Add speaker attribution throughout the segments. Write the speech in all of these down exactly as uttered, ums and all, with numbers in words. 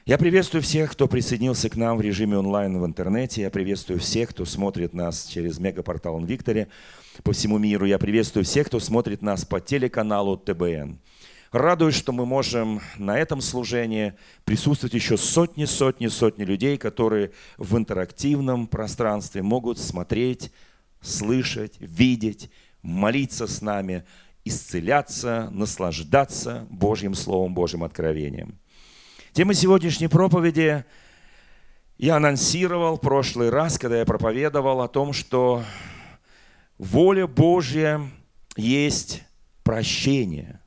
Speaker 1: Я приветствую всех, кто присоединился к нам в режиме онлайн в интернете. Я приветствую всех, кто смотрит нас через мегапортал Инвикторе по всему миру. Я приветствую всех, кто смотрит нас по телеканалу Тэ Бэ Эн. Радуюсь, что мы можем на этом служении присутствовать еще сотни, сотни, сотни людей, которые в интерактивном пространстве могут смотреть, слышать, видеть, молиться с нами, исцеляться, наслаждаться Божьим Словом, Божьим откровением. Тема сегодняшней проповеди я анонсировал в прошлый раз, когда я проповедовал о том, что воля Божья есть прощение.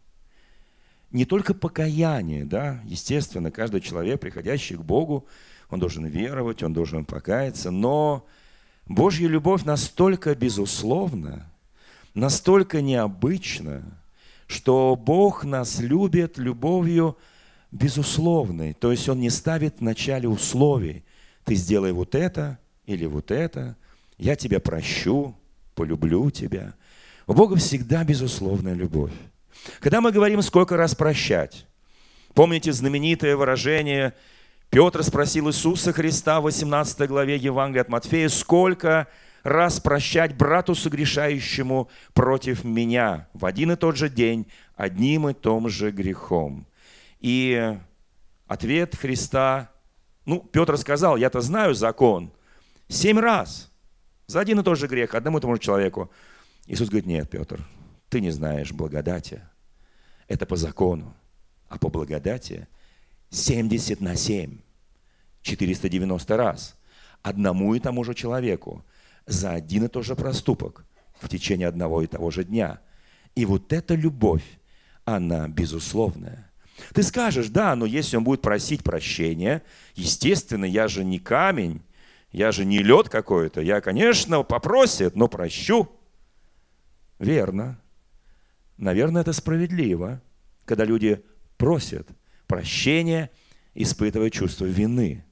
Speaker 1: Не только покаяние, да, естественно, каждый человек, приходящий к Богу, он должен веровать, он должен покаяться, но Божья любовь настолько безусловна, настолько необычна, что Бог нас любит любовью безусловной. То есть Он не ставит в начале условий. Ты сделай вот это или вот это, я тебя прощу, полюблю тебя. У Бога всегда безусловная любовь. Когда мы говорим, сколько раз прощать, помните знаменитое выражение, Петр спросил Иисуса Христа в восемнадцатой главе Евангелия от Матфея, сколько раз прощать брату согрешающему против меня в один и тот же день, одним и том же грехом. И ответ Христа, ну, Петр сказал, я-то знаю закон, семь раз за один и тот же грех, одному и тому же человеку. Иисус говорит, нет, Петр, ты не знаешь благодати. Это по закону, а по благодати семьдесят на семь, четыреста девяносто раз одному и тому же человеку за один и тот же проступок в течение одного и того же дня. И вот эта любовь, она безусловная. Ты скажешь, да, но если он будет просить прощения, естественно, я же не камень, я же не лед какой-то, я, конечно, попросит, но прощу. Верно. Наверное, это справедливо, когда люди просят прощения, испытывая чувство вины.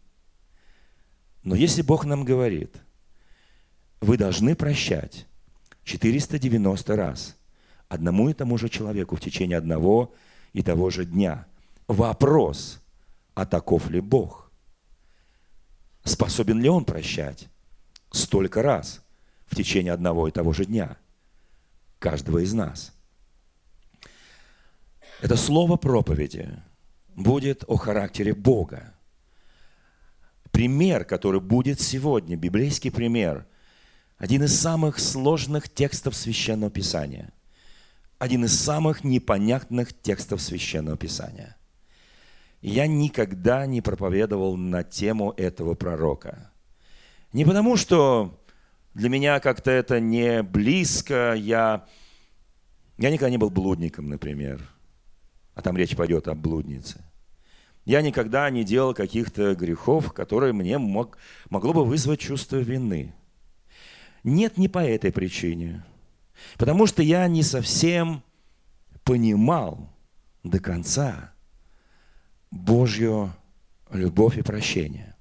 Speaker 1: Но если Бог нам говорит, вы должны прощать четыреста девяносто раз одному и тому же человеку в течение одного и того же дня. Вопрос, а таков ли Бог? Способен ли Он прощать столько раз в течение одного и того же дня? Каждого из нас. Это слово проповеди будет о характере Бога. Пример, который будет сегодня, библейский пример, один из самых сложных текстов Священного Писания. Один из самых непонятных текстов Священного Писания. Я никогда не проповедовал на тему этого пророка. Не потому, что для меня как-то это не близко. Я, я никогда не был блудником, например. А там речь пойдет о блуднице. Я никогда не делал каких-то грехов, которые мне мог, могло бы вызвать чувство вины. Нет, не по этой причине. Потому что я не совсем понимал до конца Божью любовь и прощение.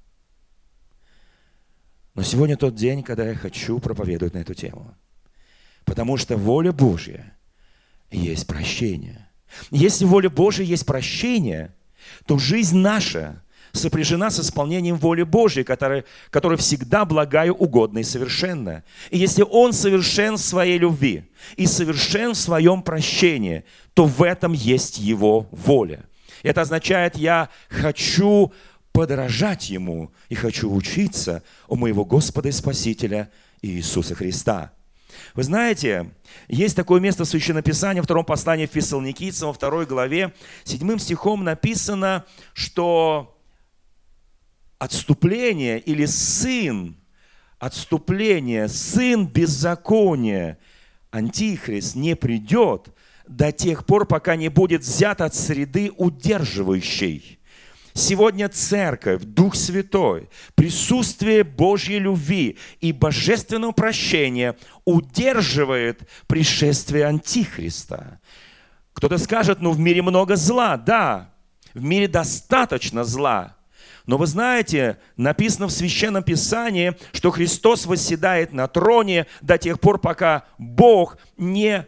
Speaker 1: Но сегодня тот день, когда я хочу проповедовать на эту тему. Потому что воля Божья есть прощение. Если воля Божья есть прощение, то жизнь наша сопряжена с исполнением воли Божьей, которая, которая всегда благая, угодна и совершенна. И если Он совершен в своей любви и совершен в своем прощении, то в этом есть Его воля. Это означает, я хочу подражать Ему и хочу учиться у моего Господа и Спасителя Иисуса Христа. Вы знаете, есть такое место в Священном Писании, в втором послании Фессалоникийцам, во второй главе, седьмым стихом написано, что отступление или сын отступления, сын беззакония, антихрист, не придет до тех пор, пока не будет взят от среды удерживающей. Сегодня Церковь, Дух Святой, присутствие Божьей любви и божественного прощения удерживает пришествие Антихриста. Кто-то скажет, ну в мире много зла. Да, в мире достаточно зла. Но вы знаете, написано в Священном Писании, что Христос восседает на троне до тех пор, пока Бог не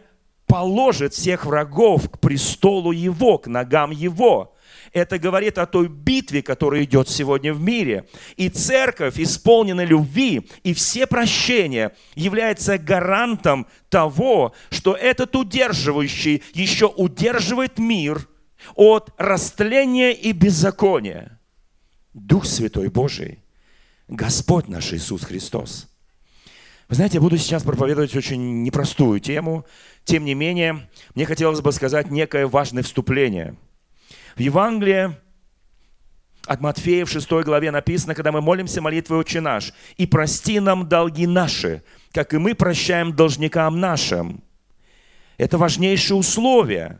Speaker 1: положит всех врагов к престолу Его, к ногам Его. Это говорит о той битве, битве, которая идет сегодня в мире. И церковь, исполненная любви и все прощения, является гарантом того, что этот удерживающий еще удерживает мир от растления и беззакония. Дух Святой Божий, Господь наш Иисус Христос. Вы знаете, я буду сейчас проповедовать очень непростую тему. Тем не менее, мне хотелось бы сказать некое важное вступление. В Евангелии от Матфея в шестой главе написано, когда мы молимся молитвой «Отче наш», «И прости нам долги наши, как и мы прощаем должникам нашим». Это важнейшее условие.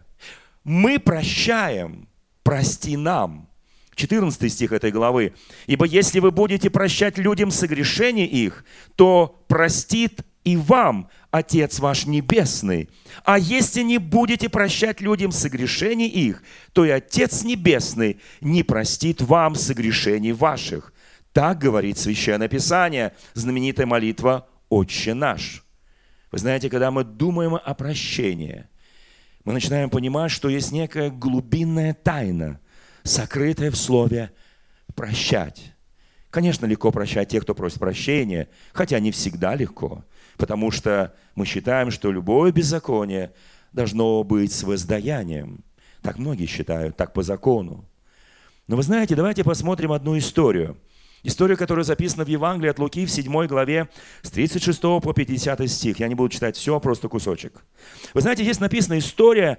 Speaker 1: Мы прощаем, прости нам. четырнадцатый стих этой главы. «Ибо если вы будете прощать людям согрешения их, то простит и вам Отец ваш Небесный. А если не будете прощать людям согрешений их, то и Отец Небесный не простит вам согрешений ваших». Так говорит Священное Писание, знаменитая молитва «Отче наш». Вы знаете, когда мы думаем о прощении, мы начинаем понимать, что есть некая глубинная тайна, сокрытое в слове «прощать». Конечно, легко прощать тех, кто просит прощения, хотя не всегда легко, потому что мы считаем, что любое беззаконие должно быть с воздаянием. Так многие считают, так по закону. Но вы знаете, давайте посмотрим одну историю. Историю, которая записана в Евангелии от Луки в седьмой главе с тридцать шестого по пятидесятый стих. Я не буду читать все, просто кусочек. Вы знаете, здесь написана история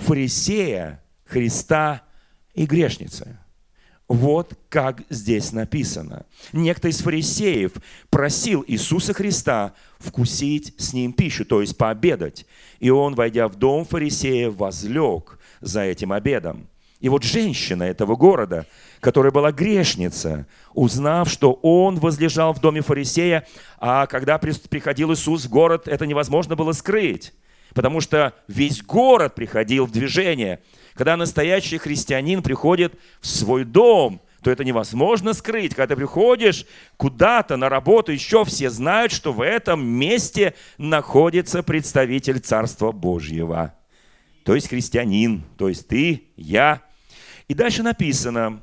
Speaker 1: фарисея, Христа и грешницы. Вот как здесь написано. Некто из фарисеев просил Иисуса Христа вкусить с ним пищу, то есть пообедать. И он, войдя в дом фарисея, возлег за этим обедом. И вот женщина этого города, которая была грешница, узнав, что он возлежал в доме фарисея, а когда приходил Иисус в город, это невозможно было скрыть, потому что весь город приходил в движение. Когда настоящий христианин приходит в свой дом, то это невозможно скрыть. Когда ты приходишь куда-то на работу, еще все знают, что в этом месте находится представитель Царства Божьего. То есть христианин, то есть ты, я. И дальше написано: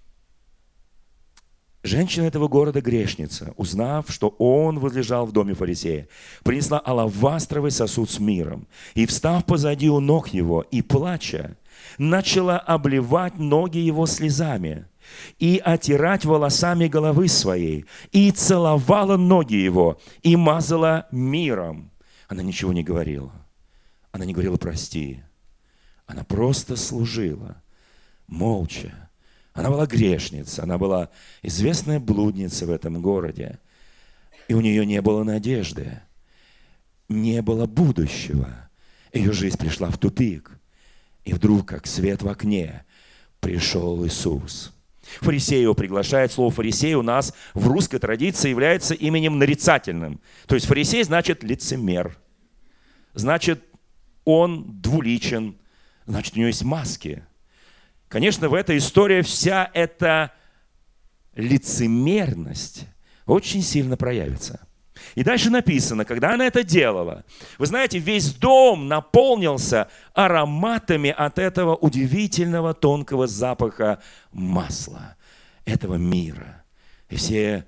Speaker 1: женщина этого города грешница, узнав, что он возлежал в доме фарисея, принесла алавастровый сосуд с миром и, встав позади у ног его и плача, начала обливать ноги его слезами и отирать волосами головы своей, и целовала ноги его, и мазала миром. Она ничего не говорила. Она не говорила «прости». Она просто служила, молча. Она была грешница, она была известная блудница в этом городе. И у нее не было надежды, не было будущего. Ее жизнь пришла в тупик. И вдруг, как свет в окне, пришел Иисус. Фарисей его приглашает. Слово «фарисей» у нас в русской традиции является именем нарицательным. То есть фарисей значит лицемер. Значит, он двуличен. Значит, у него есть маски. Конечно, в этой истории вся эта лицемерность очень сильно проявится. И дальше написано, когда она это делала, вы знаете, весь дом наполнился ароматами от этого удивительного тонкого запаха масла, этого мира. И все,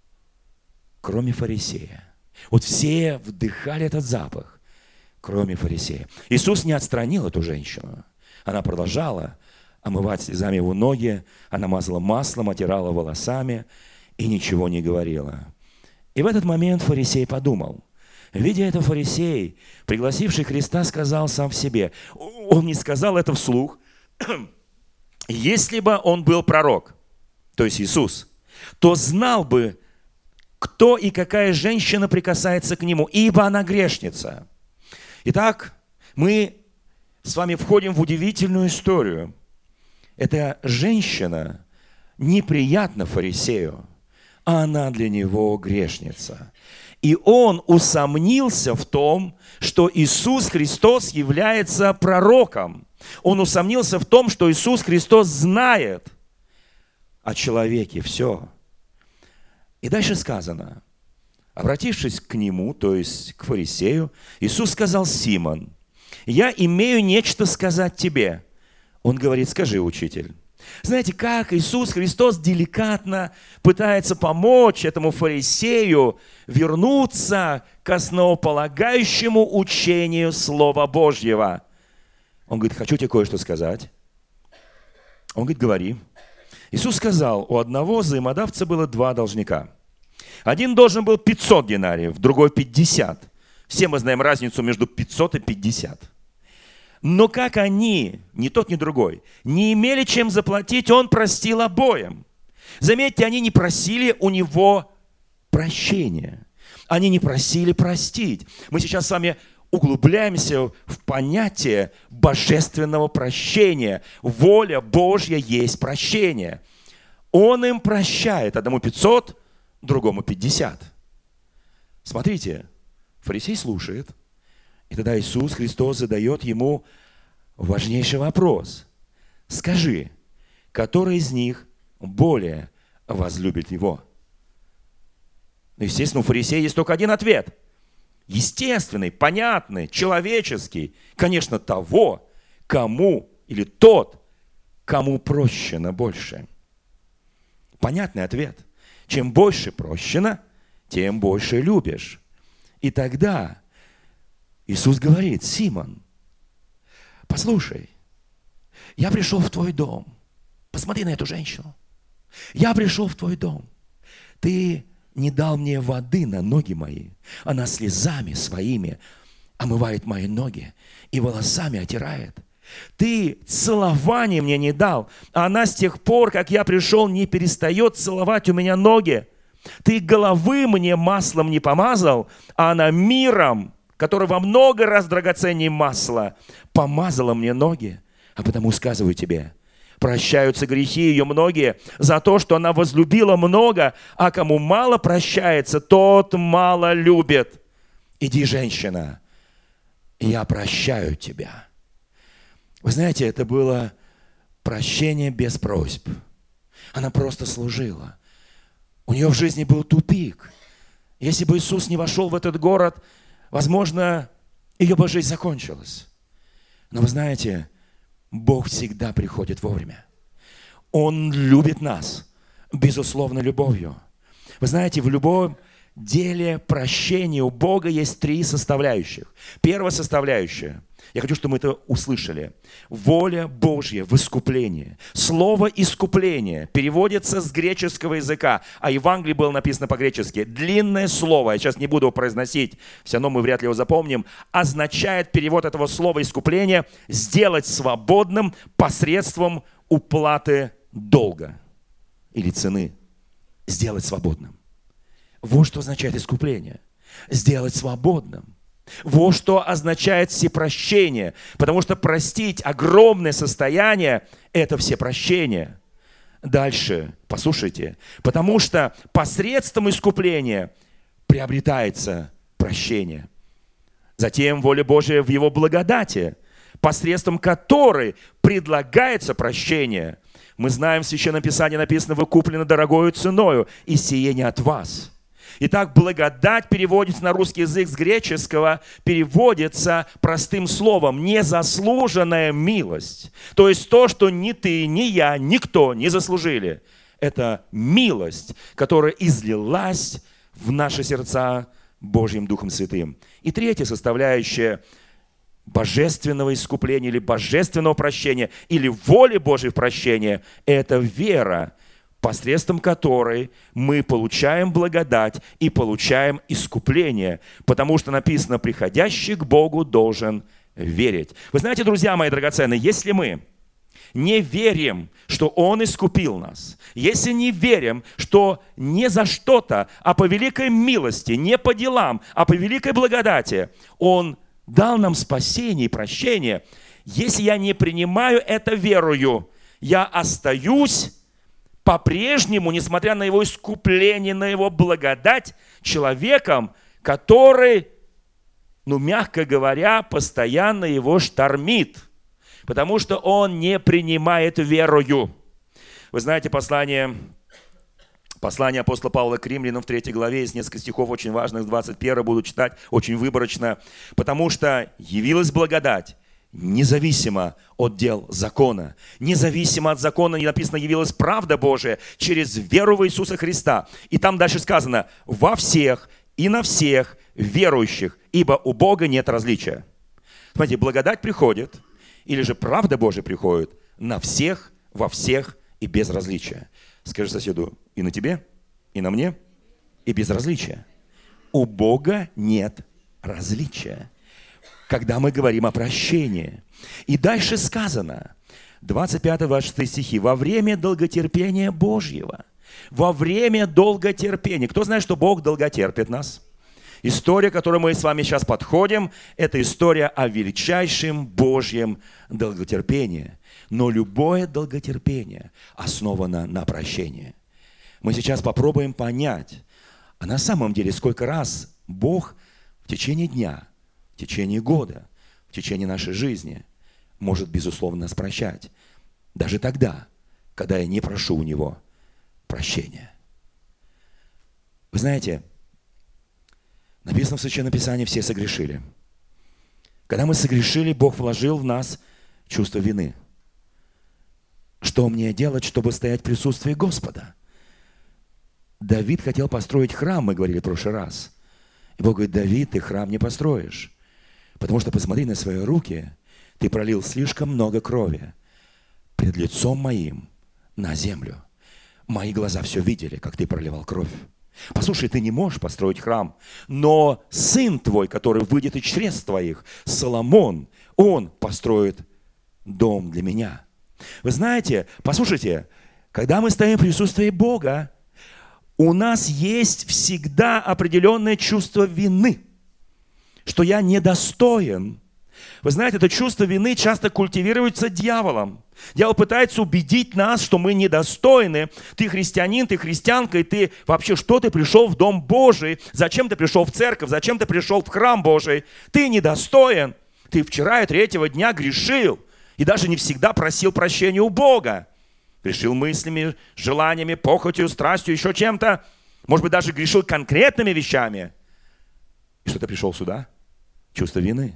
Speaker 1: кроме фарисея, вот все вдыхали этот запах, кроме фарисея. Иисус не отстранил эту женщину. Она продолжала омывать слезами его ноги, она мазала маслом, отирала волосами и ничего не говорила. И в этот момент фарисей подумал. Видя это, фарисей, пригласивший Христа, сказал сам в себе. Он не сказал это вслух. Если бы он был пророк, то есть Иисус, то знал бы, кто и какая женщина прикасается к нему, ибо она грешница. Итак, мы с вами входим в удивительную историю. Эта женщина неприятна фарисею, а она для него грешница. И он усомнился в том, что Иисус Христос является пророком. Он усомнился в том, что Иисус Христос знает о человеке все. И дальше сказано, обратившись к нему, то есть к фарисею, Иисус сказал: «Симон, я имею нечто сказать тебе». Он говорит: «Скажи, учитель». Знаете, как Иисус Христос деликатно пытается помочь этому фарисею вернуться к основополагающему учению Слова Божьего. Он говорит, хочу тебе кое-что сказать. Он говорит, говори. Иисус сказал, у одного взаимодавца было два должника. Один должен был пятьсот динариев, другой пятьдесят. Все мы знаем разницу между пятьсот и пятьдесят. Но как они, ни тот, ни другой, не имели чем заплатить, он простил обоим. Заметьте, они не просили у него прощения. Они не просили простить. Мы сейчас с вами углубляемся в понятие божественного прощения. Воля Божья есть прощение. Он им прощает. Одному пятьсот, другому пятьдесят. Смотрите, фарисей слушает. И тогда Иисус Христос задает ему важнейший вопрос. Скажи, который из них более возлюбит его? Естественно, у фарисея есть только один ответ. Естественный, понятный, человеческий. Конечно, того, кому, или тот, кому прощено больше. Понятный ответ. Чем больше прощено, тем больше любишь. И тогда Иисус говорит, Симон, послушай, я пришел в твой дом. Посмотри на эту женщину. Я пришел в твой дом. Ты не дал мне воды на ноги мои. Она слезами своими омывает мои ноги и волосами отирает. Ты целования мне не дал, а она с тех пор, как я пришел, не перестает целовать у меня ноги. Ты головы мне маслом не помазал, а она миром, который во много раз драгоценнее масла, помазала мне ноги. А потому сказываю тебе, прощаются грехи ее многие за то, что она возлюбила много, а кому мало прощается, тот мало любит. Иди, женщина, я прощаю тебя. Вы знаете, это было прощение без просьб. Она просто служила. У нее в жизни был тупик. Если бы Иисус не вошел в этот город, возможно, ее бы жизнь закончилась. Но вы знаете, Бог всегда приходит вовремя. Он любит нас, безусловно, любовью. Вы знаете, в любом деле прощения у Бога есть три составляющих. Первая составляющая, я хочу, чтобы мы это услышали. Воля Божья в искуплении. Слово «искупление» переводится с греческого языка, а Евангелие было написано по-гречески. Длинное слово, я сейчас не буду его произносить, все равно мы вряд ли его запомним, означает перевод этого слова «искупление» сделать свободным посредством уплаты долга или цены. Сделать свободным. Вот что означает искупление. Сделать свободным. Вот что означает всепрощение. Потому что простить огромное состояние – это всепрощение. Дальше, послушайте. Потому что посредством искупления приобретается прощение. Затем воля Божия в Его благодати, посредством которой предлагается прощение. Мы знаем, в Священном Писании написано: «Вы куплены дорогою ценою, и сие не от вас». Итак, благодать переводится на русский язык с греческого, переводится простым словом «незаслуженная милость». То есть то, что ни ты, ни я, никто не заслужили. Это милость, которая излилась в наши сердца Божьим Духом Святым. И третья составляющая божественного искупления или божественного прощения, или воли Божьей в прощении – это вера, посредством которой мы получаем благодать и получаем искупление. Потому что написано: приходящий к Богу должен верить. Вы знаете, друзья мои драгоценные, если мы не верим, что Он искупил нас, если не верим, что не за что-то, а по великой милости, не по делам, а по великой благодати Он дал нам спасение и прощение, если я не принимаю это верою, я остаюсь по-прежнему, несмотря на Его искупление, на Его благодать, человеком, который, ну, мягко говоря, постоянно его штормит, потому что он не принимает верою. Вы знаете, послание, послание апостола Павла к римлянам в третьей главе, есть несколько стихов очень важных, двадцать первый буду читать очень выборочно, потому что явилась благодать, независимо от дел закона. Независимо от закона, не написано, явилась правда Божия через веру в Иисуса Христа. И там дальше сказано, во всех и на всех верующих, ибо у Бога нет различия. Смотрите, благодать приходит, или же правда Божия приходит на всех, во всех и без различия. Скажи соседу, и на тебе, и на мне, и без различия. У Бога нет различия, когда мы говорим о прощении. И дальше сказано, двадцать пятый двадцать шестой стихи, во время долготерпения Божьего, во время долготерпения. Кто знает, что Бог долготерпит нас? История, к которой мы с вами сейчас подходим, это история о величайшем Божьем долготерпении. Но любое долготерпение основано на прощении. Мы сейчас попробуем понять, а на самом деле сколько раз Бог в течение дня, в течение года, в течение нашей жизни может, безусловно, нас прощать. Даже тогда, когда я не прошу у Него прощения. Вы знаете, написано в Священном Писании, все согрешили. Когда мы согрешили, Бог вложил в нас чувство вины. Что мне делать, чтобы стоять в присутствии Господа? Давид хотел построить храм, мы говорили в прошлый раз. И Бог говорит, Давид, ты храм не построишь. Потому что посмотри на свои руки, ты пролил слишком много крови перед лицом моим на землю. Мои глаза все видели, как ты проливал кровь. Послушай, ты не можешь построить храм, но сын твой, который выйдет из чресл твоих, Соломон, он построит дом для меня. Вы знаете, послушайте, когда мы стоим в присутствии Бога, у нас есть всегда определенное чувство вины, что я недостоин. Вы знаете, это чувство вины часто культивируется дьяволом. Дьявол пытается убедить нас, что мы недостойны. Ты христианин, ты христианка, и ты вообще, что ты пришел в Дом Божий? Зачем ты пришел в церковь? Зачем ты пришел в храм Божий? Ты недостоин. Ты вчера и третьего дня грешил. И даже не всегда просил прощения у Бога. Грешил мыслями, желаниями, похотью, страстью, еще чем-то. Может быть, даже грешил конкретными вещами. И что ты пришел сюда? Чувство вины.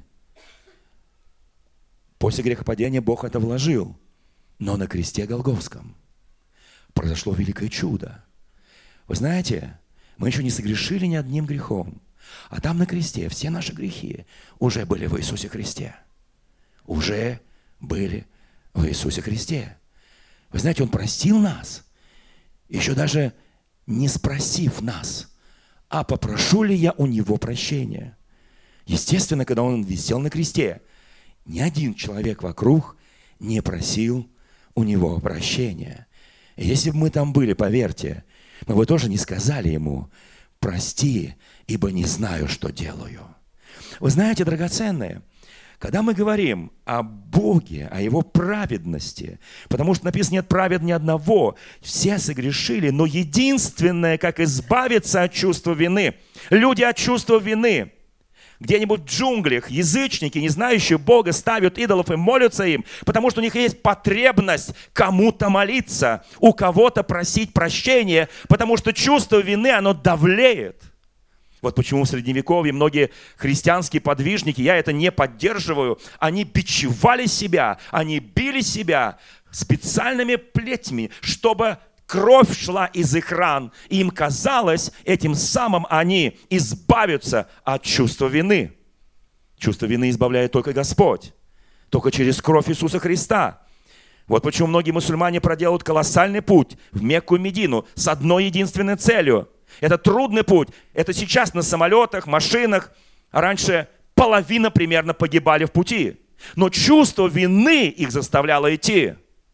Speaker 1: После грехопадения Бог это вложил. Но на кресте Голгофском произошло великое чудо. Вы знаете, мы еще не согрешили ни одним грехом. А там на кресте все наши грехи уже были в Иисусе Христе. Уже были в Иисусе Христе. Вы знаете, Он простил нас, еще даже не спросив нас, а попрошу ли я у Него прощения. Естественно, когда Он висел на кресте, ни один человек вокруг не просил у Него прощения. И если бы мы там были, поверьте, мы бы тоже не сказали Ему, прости, ибо не знаю, что делаю. Вы знаете, драгоценные, когда мы говорим о Боге, о Его праведности, потому что написано, нет праведного ни одного, все согрешили, но единственное, как избавиться от чувства вины, люди от чувства вины, где-нибудь в джунглях язычники, не знающие Бога, ставят идолов и молятся им, потому что у них есть потребность кому-то молиться, у кого-то просить прощения, потому что чувство вины, оно давлеет. Вот почему в Средневековье многие христианские подвижники, я это не поддерживаю, они бичевали себя, они били себя специальными плетьми, чтобы кровь шла из их ран, и им казалось, этим самым они избавятся от чувства вины. Чувство вины избавляет только Господь, только через кровь Иисуса Христа. Вот почему многие мусульмане проделают колоссальный путь в Мекку и Медину с одной единственной целью. Это трудный путь. Это сейчас на самолетах, машинах. А раньше половина примерно погибали в пути. Но чувство вины их заставляло идти.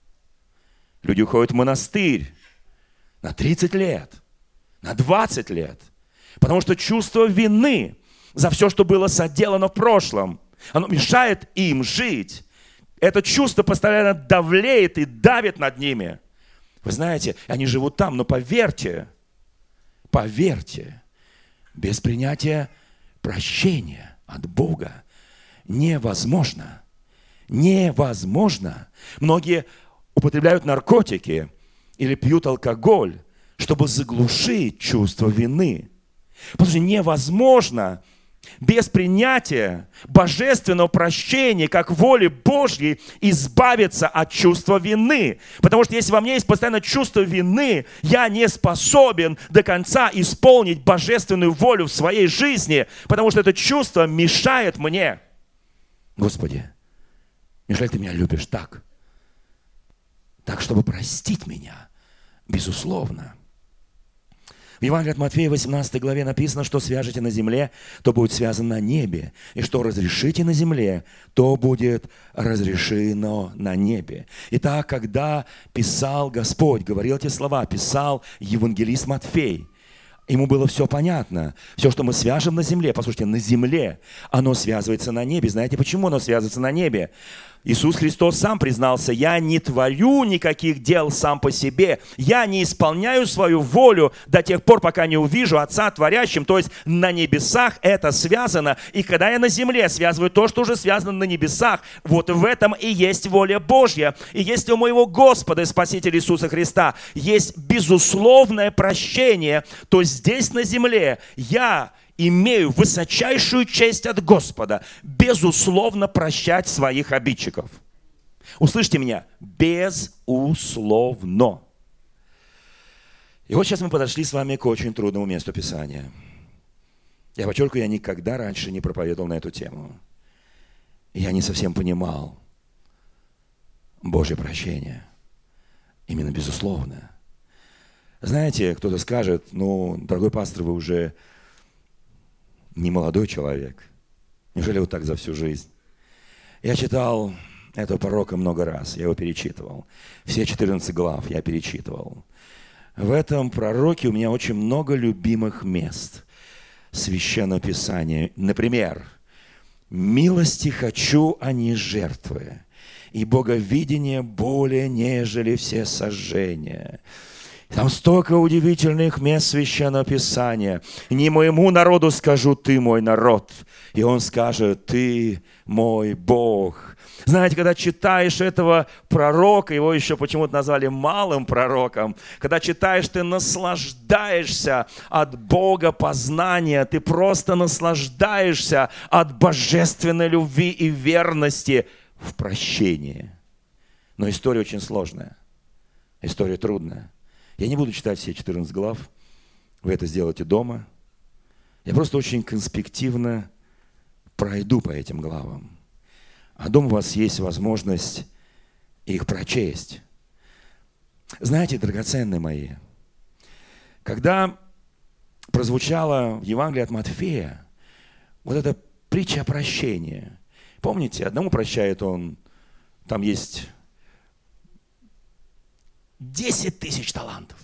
Speaker 1: Люди уходят в монастырь на тридцать лет, на двадцать лет. Потому что чувство вины за все, что было соделано в прошлом, оно мешает им жить. Это чувство постоянно давлеет и давит над ними. Вы знаете, они живут там, но поверьте, поверьте, без принятия прощения от Бога невозможно. Невозможно. Многие употребляют наркотики или пьют алкоголь, чтобы заглушить чувство вины. Потому что невозможно без принятия божественного прощения, как воли Божьей, избавиться от чувства вины. Потому что если во мне есть постоянно чувство вины, я не способен до конца исполнить божественную волю в своей жизни, потому что это чувство мешает мне. Господи, неужели Ты меня любишь так? Так, чтобы простить меня, безусловно. В Евангелии от Матфея, восемнадцатой главе написано, что свяжете на земле, то будет связано на небе, и что разрешите на земле, то будет разрешено на небе. Итак, когда писал Господь, говорил эти слова, писал евангелист Матфей, ему было все понятно. Все, что мы свяжем на земле, послушайте, на земле, оно связывается на небе. Знаете, почему оно связывается на небе? Иисус Христос сам признался: «Я не творю никаких дел сам по себе, я не исполняю свою волю до тех пор, пока не увижу Отца творящим». То есть на небесах это связано, и когда я на земле связываю то, что уже связано на небесах, вот в этом и есть воля Божья. И если у моего Господа и Спасителя Иисуса Христа есть безусловное прощение, то здесь на земле я имею высочайшую честь от Господа безусловно прощать своих обидчиков. Услышьте меня, безусловно. И вот сейчас мы подошли с вами к очень трудному месту Писания. Я подчеркиваю, я никогда раньше не проповедовал на эту тему. Я не совсем понимал Божье прощение. Именно безусловно. Знаете, кто-то скажет: ну, дорогой пастор, вы уже не молодой человек. Неужели вот так за всю жизнь? Я читал этого пророка много раз, я его перечитывал. Все четырнадцать глав я перечитывал. В этом пророке у меня очень много любимых мест Священного Писания. Например, «Милости хочу, а не жертвы, и боговидение более, нежели все сожжения». Там столько удивительных мест Священного Писания. «Не моему народу скажу, ты мой народ». И он скажет: ты мой Бог. Знаете, когда читаешь этого пророка, его еще почему-то назвали малым пророком, когда читаешь, ты наслаждаешься от Бога познания, ты просто наслаждаешься от божественной любви и верности в прощении. Но история очень сложная, история трудная. Я не буду читать все четырнадцать глав, вы это сделаете дома. Я просто очень конспективно пройду по этим главам. А дома у вас есть возможность их прочесть. Знаете, драгоценные мои, когда прозвучала в Евангелии от Матфея вот эта притча о прощении, помните, одному прощает он, там есть десять тысяч талантов.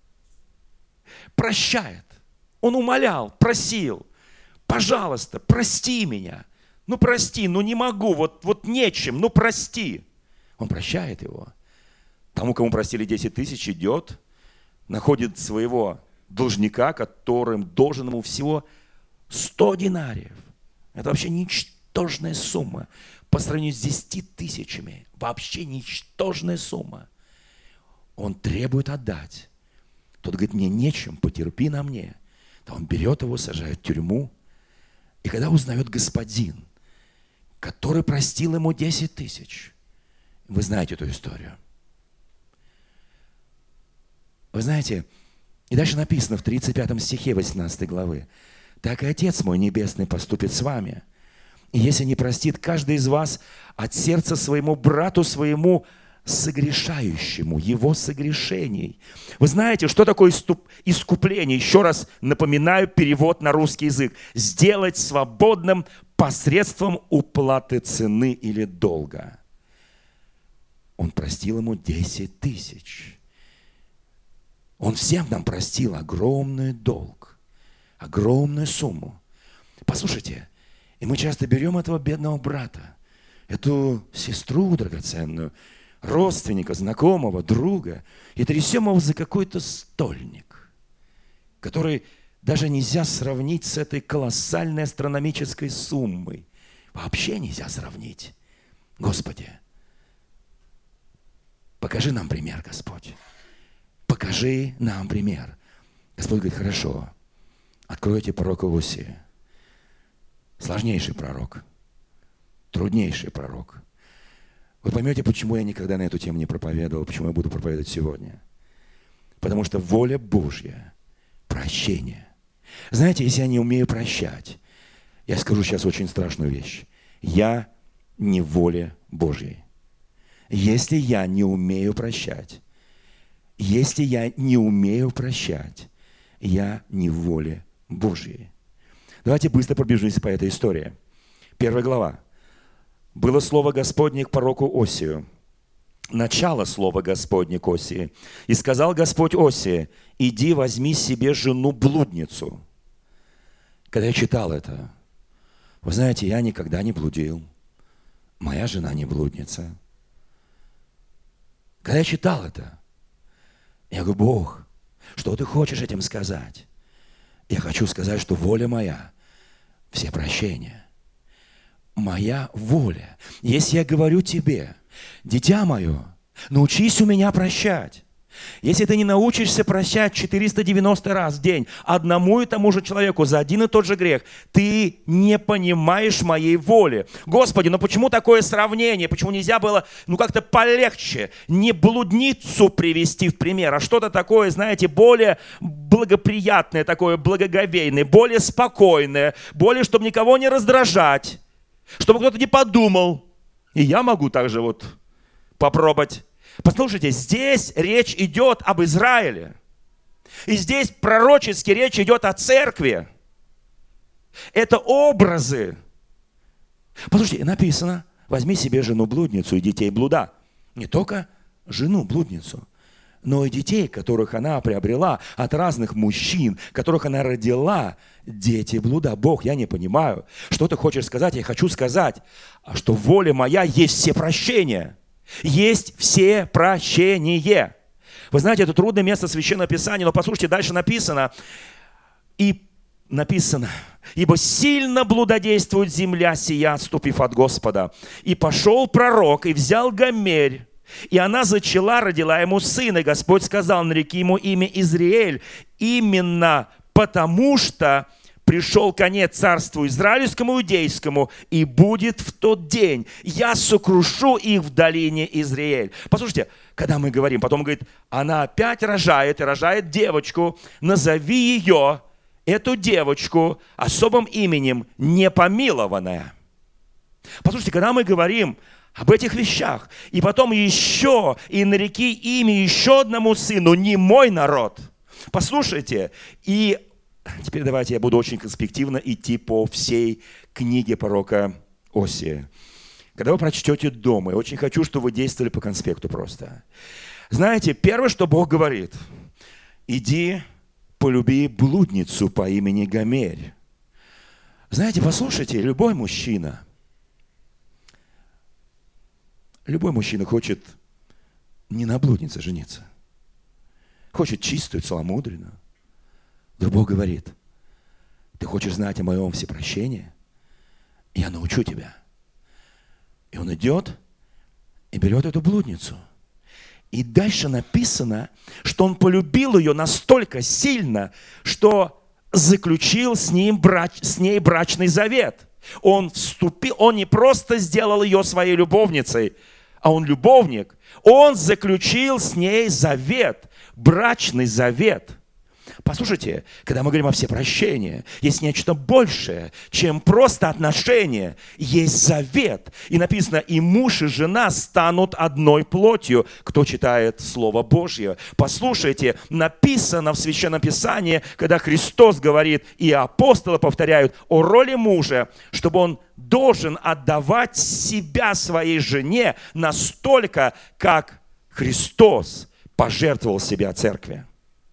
Speaker 1: Прощает. Он умолял, просил: пожалуйста, прости меня. Ну прости, ну не могу, вот, вот нечем, ну прости. Он прощает его. Тому, кому простили десять тысяч, идет, находит своего должника, которым должен ему всего сто динариев. Это вообще ничтожная сумма. По сравнению с десятью тысячами, вообще ничтожная сумма. Он требует отдать. Тот говорит: мне нечем, потерпи на мне. То он берет его, сажает в тюрьму. И когда узнает господин, который простил ему десять тысяч, вы знаете эту историю. Вы знаете, и дальше написано в тридцать пятом стихе восемнадцатой главы: «Так и Отец мой Небесный поступит с вами, и если не простит каждый из вас от сердца своему брату своему согрешающему его согрешений». Вы знаете, что такое искупление? Еще раз напоминаю перевод на русский язык. Сделать свободным посредством уплаты цены или долга. Он простил ему десять тысяч. Он всем нам простил огромный долг, огромную сумму. Послушайте, и мы часто берем этого бедного брата, эту сестру драгоценную, родственника, знакомого, друга, и трясем его за какой-то стольник, который даже нельзя сравнить с этой колоссальной астрономической суммой. Вообще нельзя сравнить. Господи, покажи нам пример, Господь. Покажи нам пример. Господь говорит: хорошо, откройте пророка Осии. Сложнейший пророк. Труднейший пророк. Вы поймете, почему я никогда на эту тему не проповедовал, почему я буду проповедовать сегодня. Потому что воля Божья – прощение. Знаете, если я не умею прощать, я скажу сейчас очень страшную вещь. Я не в воле Божьей. Если я не умею прощать, если я не умею прощать, я не в воле Божьей. Давайте быстро пробежимся по этой истории. Первая глава. Было слово Господне к пророку Осию. Начало слова Господне к Осии. И сказал Господь Осии: иди возьми себе жену-блудницу. Когда я читал это, вы знаете, я никогда не блудил. Моя жена не блудница. Когда я читал это, я говорю: Бог, что ты хочешь этим сказать? Я хочу сказать, что воля моя – все прощения. Моя воля. Если я говорю тебе: дитя мое, научись у меня прощать. Если ты не научишься прощать четыреста девяносто раз в день одному и тому же человеку за один и тот же грех, ты не понимаешь моей воли. Господи, ну почему такое сравнение? Почему нельзя было, ну как-то полегче, не блудницу привести в пример, а что-то такое, знаете, более благоприятное, такое благоговейное, более спокойное, более, чтобы никого не раздражать, чтобы кто-то не подумал. И я могу также вот попробовать. Послушайте, здесь речь идет об Израиле. И здесь пророчески речь идет о церкви. Это образы. Послушайте, написано: возьми себе жену-блудницу и детей блуда. Не только жену-блудницу, но и детей, которых она приобрела от разных мужчин, которых она родила, дети блуда. Бог, я не понимаю, что ты хочешь сказать. Я хочу сказать, что воля моя есть все прощения. Есть все прощение. Вы знаете, это трудное место Священного Писания, но послушайте, дальше написано, и написано: ибо сильно блудодействует земля сия, отступив от Господа. И пошел пророк, и взял Гомерь, и она зачала, родила ему сына. И Господь сказал: нареки ему имя Изриэль, именно потому что пришел конец царству израильскому, иудейскому, и будет в тот день. Я сокрушу их в долине Израиль. Послушайте, когда мы говорим, потом он говорит, она опять рожает, и рожает девочку, назови ее, эту девочку, особым именем непомилованная. Послушайте, когда мы говорим об этих вещах, и потом еще, и нареки имя еще одному сыну, не мой народ. Послушайте, и теперь давайте я буду очень конспективно идти по всей книге пророка Осии. Когда вы прочтете дома, я очень хочу, чтобы вы действовали по конспекту просто. Знаете, первое, что Бог говорит: иди полюби блудницу по имени Гомерь. Знаете, послушайте, любой мужчина, любой мужчина хочет не на блуднице жениться. Хочет чистую, целомудренную. Но Бог говорит: ты хочешь знать о моем всепрощении? Я научу тебя. И он идет и берет эту блудницу. И дальше написано, что он полюбил ее настолько сильно, что заключил с, ним брач, с ней брачный завет. Он вступил, он не просто сделал ее своей любовницей, а он любовник. Он заключил с ней завет, брачный завет. Послушайте, когда мы говорим о всепрощении, есть нечто большее, чем просто отношения. Есть завет. И написано: и муж, и жена станут одной плотью. Кто читает Слово Божье? Послушайте, написано в Священном Писании, когда Христос говорит, и апостолы повторяют о роли мужа, чтобы он должен отдавать себя своей жене настолько, как Христос пожертвовал себя церкви.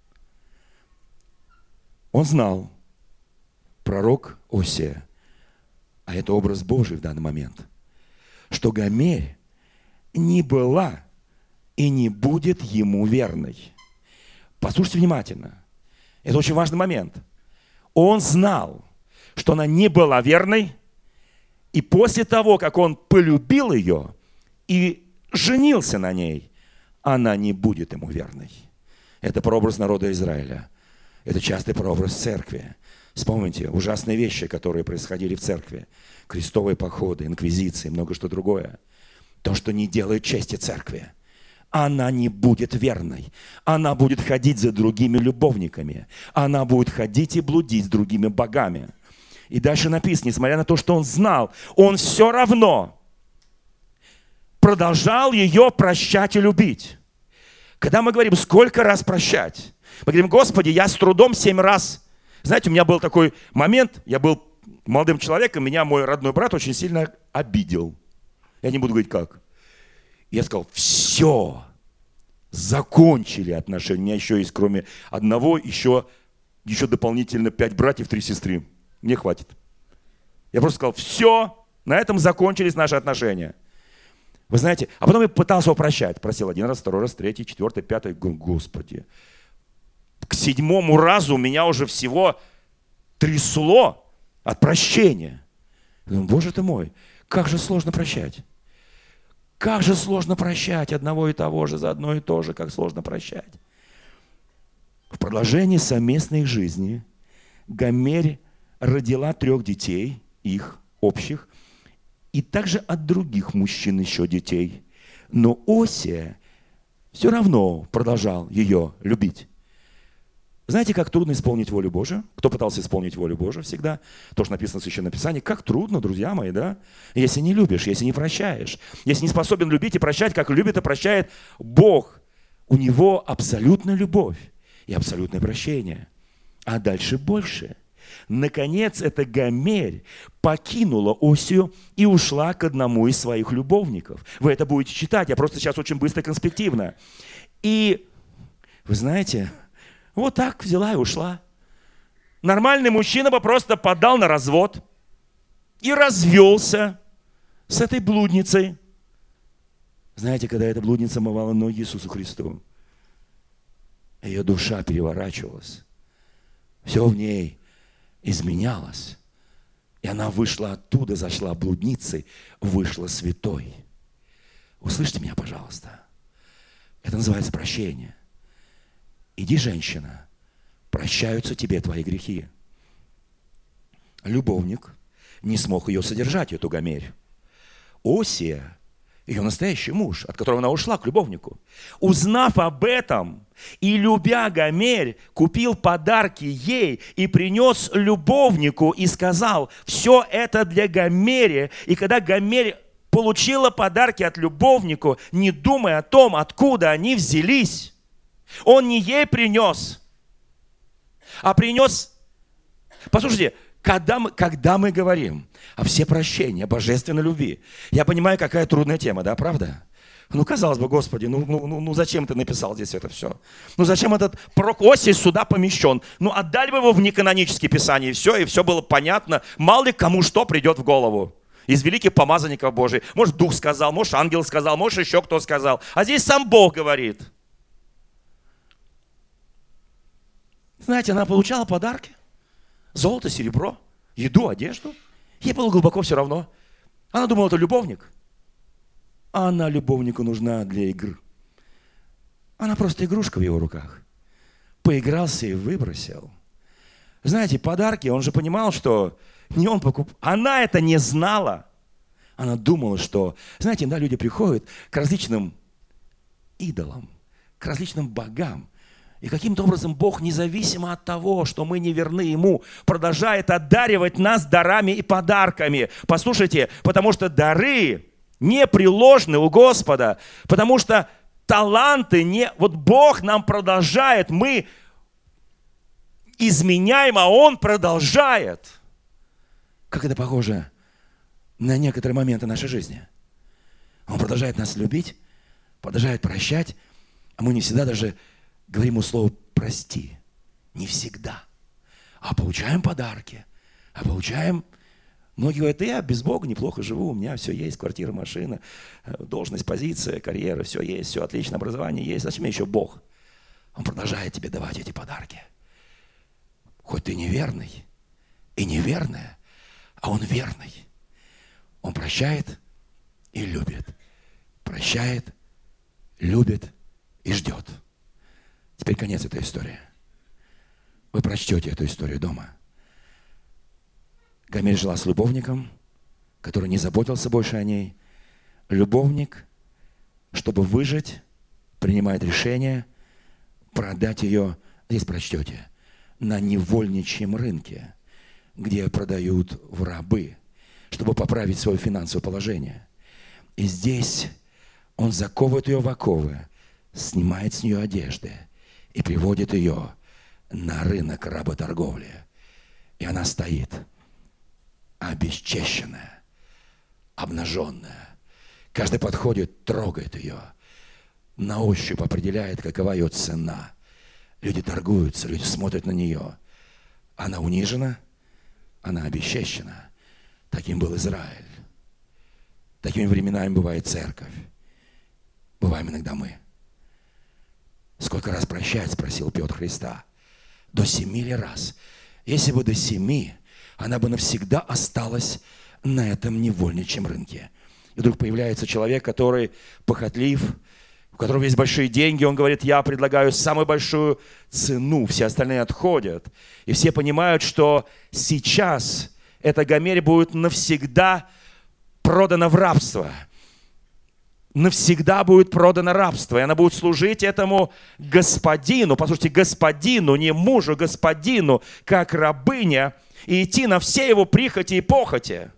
Speaker 1: Он знал, пророк Осия, а это образ Божий в данный момент, что Гомерь не была и не будет ему верной. Послушайте внимательно. Это очень важный момент. Он знал, что она не была верной, и после того, как он полюбил ее и женился на ней, она не будет ему верной. Это прообраз народа Израиля. Это частый прообраз церкви. Вспомните ужасные вещи, которые происходили в церкви. Крестовые походы, инквизиции, много что другое. То, что не делает чести церкви. Она не будет верной. Она будет ходить за другими любовниками. Она будет ходить и блудить с другими богами. И дальше написано, несмотря на то, что он знал, он все равно продолжал ее прощать и любить. Когда мы говорим, сколько раз прощать, мы говорим, Господи, я с трудом семь раз. Знаете, у меня был такой момент, я был молодым человеком, меня мой родной брат очень сильно обидел. Я не буду говорить как. Я сказал, все, закончили отношения. У меня еще есть, кроме одного, еще, еще дополнительно пять братьев, три сестры. Мне хватит. Я просто сказал, все, на этом закончились наши отношения. Вы знаете, а потом я пытался его прощать. Просил один раз, второй раз, третий, четвертый, пятый. Господи. К седьмому разу меня уже всего трясло от прощения. Я думаю, Боже ты мой, как же сложно прощать. Как же сложно прощать одного и того же за одно и то же, как сложно прощать. В продолжении совместной жизни Гомер родила трех детей, их общих, и также от других мужчин еще детей. Но Осия все равно продолжал ее любить. Знаете, как трудно исполнить волю Божию? Кто пытался исполнить волю Божию всегда? То, что написано в Священном Писании. Как трудно, друзья мои, да? Если не любишь, если не прощаешь, если не способен любить и прощать, как любит и прощает Бог. У Него абсолютная любовь и абсолютное прощение. А дальше больше. Наконец, эта Гомер покинула Осию и ушла к одному из своих любовников. Вы это будете читать, я просто сейчас очень быстро, конспективно. И, вы знаете, вот так взяла и ушла. Нормальный мужчина бы просто подал на развод и развелся с этой блудницей. Знаете, когда эта блудница омывала ноги Иисусу Христу, ее душа переворачивалась. Все в ней изменялось. И она вышла оттуда, зашла блудницей, вышла святой. Услышьте меня, пожалуйста. Это называется прощение. Иди, женщина, прощаются тебе твои грехи. Любовник не смог ее содержать, эту Гомер. Осия, ее настоящий муж, от которого она ушла к любовнику, узнав об этом и любя Гомер, купил подарки ей и принес любовнику и сказал, все это для Гомери. И когда Гомер получила подарки от любовника, не думая о том, откуда они взялись, он не ей принес, а принес... Послушайте, когда мы, когда мы говорим о всепрощении, о божественной любви, я понимаю, какая трудная тема, да, правда? Ну, казалось бы, Господи, ну, ну, ну, ну зачем ты написал здесь это все? Ну, зачем этот пророк Осий сюда помещен? Ну, отдали бы его в неканонические писания, и все, и все было понятно. Мало ли кому что придет в голову. Из великих помазанников Божьих. Может, Дух сказал, может, ангел сказал, может, еще кто сказал. А здесь сам Бог говорит. Знаете, она получала подарки. Золото, серебро, еду, одежду. Ей было глубоко все равно. Она думала, это любовник. А она любовнику нужна для игр. Она просто игрушка в его руках. Поигрался и выбросил. Знаете, подарки, он же понимал, что не он покупал. Она это не знала. Она думала, что... Знаете, иногда люди приходят к различным идолам, к различным богам. И каким-то образом Бог, независимо от того, что мы не верны Ему, продолжает одаривать нас дарами и подарками. Послушайте, потому что дары непреложны у Господа, потому что таланты не... Вот Бог нам продолжает, мы изменяем, а Он продолжает. Как это похоже на некоторые моменты нашей жизни. Он продолжает нас любить, продолжает прощать, а мы не всегда даже... Говорим ему слово «прости». Не всегда. А получаем подарки. А получаем... Многие говорят, я без Бога неплохо живу, у меня все есть, квартира, машина, должность, позиция, карьера, все есть, все отлично, образование есть. Зачем мне еще Бог? Он продолжает тебе давать эти подарки. Хоть ты неверный и неверная, а Он верный. Он прощает и любит. Прощает, любит и ждет. Теперь конец этой истории. Вы прочтете эту историю дома. Гомель жила с любовником, который не заботился больше о ней. Любовник, чтобы выжить, принимает решение продать ее, здесь прочтете, на невольничьем рынке, где продают в рабы, чтобы поправить свое финансовое положение. И здесь он заковывает ее в оковы, снимает с нее одежды и приводит ее на рынок работорговли. И она стоит, обесчещенная, обнаженная. Каждый подходит, трогает ее, на ощупь определяет, какова ее цена. Люди торгуются, люди смотрят на нее. Она унижена, она обесчещена. Таким был Израиль. Такими временами бывает церковь. Бываем иногда мы. Сколько раз прощать, спросил Петр Христа. До семи ли раз? Если бы до семи, она бы навсегда осталась на этом невольничьем рынке. И вдруг появляется человек, который похотлив, у которого есть большие деньги, он говорит: я предлагаю самую большую цену, все остальные отходят. И все понимают, что сейчас эта Гомель будет навсегда продана в рабство. Навсегда будет продано рабство, и она будет служить этому господину, послушайте, господину, не мужу, господину, как рабыня, и идти на все его прихоти и похоти.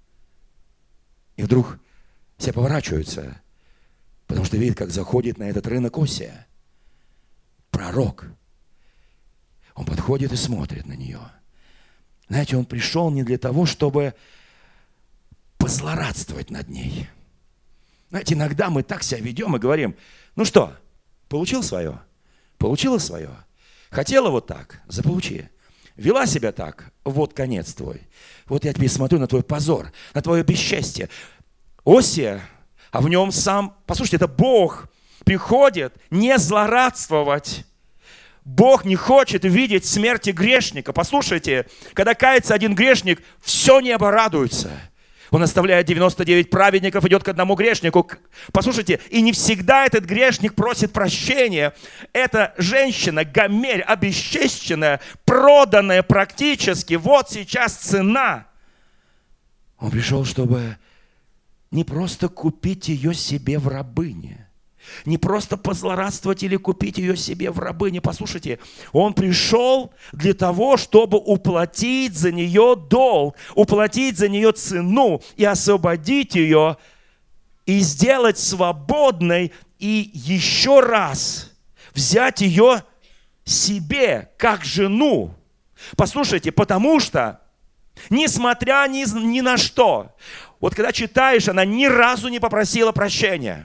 Speaker 1: И вдруг все поворачиваются, потому что видят, как заходит на этот рынок Осия, пророк. Он подходит и смотрит на нее. Знаете, он пришел не для того, чтобы позлорадствовать над ней. Знаете, иногда мы так себя ведем и говорим: ну что, получил свое? Получила свое? Хотела вот так? Заполучи. Вела себя так? Вот конец твой. Вот я теперь смотрю на твой позор, на твое бесчестие. Осия, а в нем сам, послушайте, это Бог приходит не злорадствовать. Бог не хочет видеть смерти грешника. Послушайте, когда кается один грешник, все небо радуется. Он оставляет девяносто девять праведников, идет к одному грешнику. Послушайте, и не всегда этот грешник просит прощения. Эта женщина, Гомель, обесчещенная, проданная практически. Вот сейчас цена. Он пришел, чтобы не просто купить ее себе в рабыне. Не просто позлорадствовать или купить ее себе в рабыне. Послушайте, он пришел для того, чтобы уплатить за нее долг, уплатить за нее цену и освободить ее, и сделать свободной, и еще раз взять ее себе, как жену. Послушайте, потому что, несмотря ни, ни на что, вот когда читаешь, она ни разу не попросила прощения.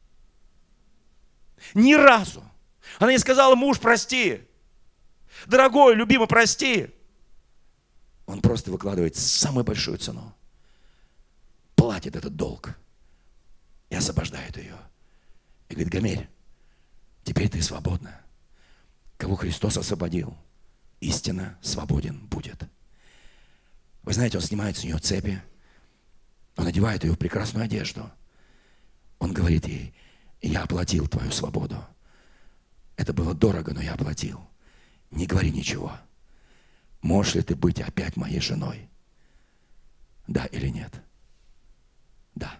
Speaker 1: Ни разу. Она не сказала: муж, прости. Дорогой, любимый, прости. Он просто выкладывает самую большую цену. Платит этот долг. И освобождает ее. И говорит: Гомель, теперь ты свободна. Кого Христос освободил, истинно свободен будет. Вы знаете, он снимает с нее цепи. Он одевает ее в прекрасную одежду. Он говорит ей: я оплатил твою свободу. Это было дорого, но я оплатил. Не говори ничего. Можешь ли ты быть опять моей женой? Да или нет? Да.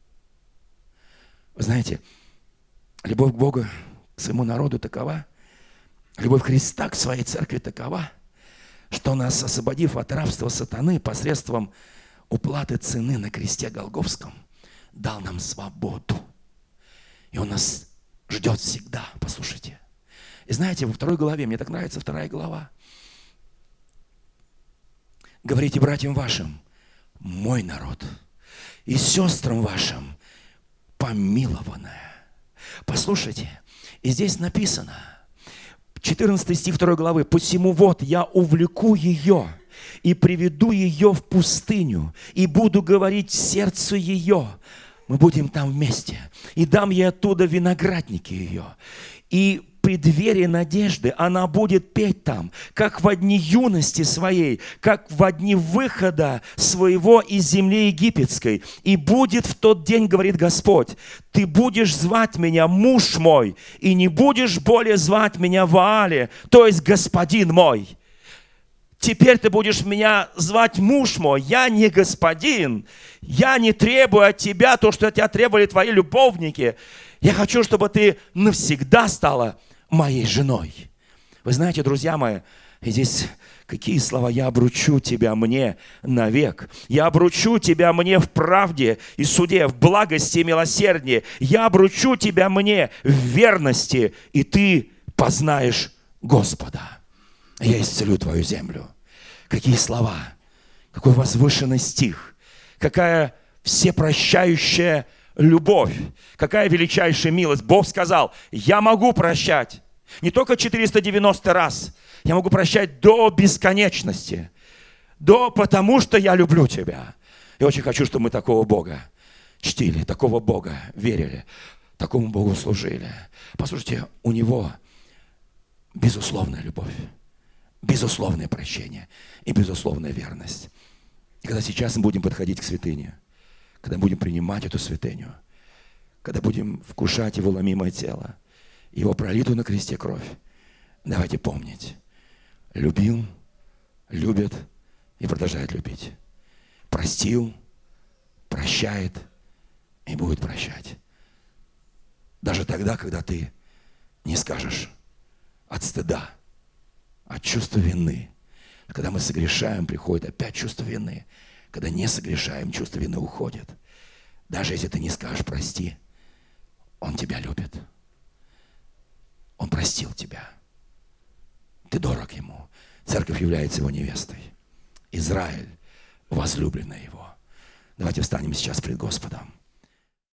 Speaker 1: Вы знаете, любовь к Богу, к своему народу такова, любовь Христа к своей церкви такова, что нас, освободив от рабства сатаны посредством уплаты цены на кресте Голгофском, дал нам свободу. И он нас ждет всегда, послушайте. И знаете, во второй главе, мне так нравится вторая глава. Говорите братьям вашим: мой народ, и сестрам вашим помилованное. Послушайте, и здесь написано, четырнадцатый стих второй главы: посему вот я увлеку ее и приведу ее в пустыню, и буду говорить сердцу ее. Мы будем там вместе. И дам ей оттуда виноградники ее. И преддверии надежды она будет петь там, как в дни юности своей, как в дни выхода своего из земли египетской. И будет в тот день, говорит Господь, ты будешь звать меня муж мой, и не будешь более звать меня Ваале, то есть господин мой. Теперь ты будешь меня звать муж мой. Я не господин. Я не требую от тебя то, что от тебя требовали твои любовники. Я хочу, чтобы ты навсегда стала моей женой. Вы знаете, друзья мои, здесь какие слова? Я обручу тебя мне навек. Я обручу тебя мне в правде и суде, в благости и милосердии. Я обручу тебя мне в верности, и ты познаешь Господа. Я исцелю твою землю. Какие слова, какой возвышенный стих, какая всепрощающая любовь, какая величайшая милость. Бог сказал, я могу прощать не только четыреста девяносто раз, я могу прощать до бесконечности, до потому что я люблю тебя. Я очень хочу, чтобы мы такого Бога чтили, такого Бога верили, такому Богу служили. Послушайте, у Него безусловная любовь, безусловное прощение и безусловная верность. И когда сейчас мы будем подходить к святыне, когда будем принимать эту святыню, когда будем вкушать Его ломимое тело, Его пролитую на кресте кровь, давайте помнить, любил, любит и продолжает любить. Простил, прощает и будет прощать. Даже тогда, когда ты не скажешь от стыда, от чувства вины. Когда мы согрешаем, приходит опять чувство вины. Когда не согрешаем, чувство вины уходит. Даже если ты не скажешь «прости», Он тебя любит. Он простил тебя. Ты дорог Ему. Церковь является Его невестой. Израиль, возлюбленная Его. Давайте встанем сейчас пред Господом.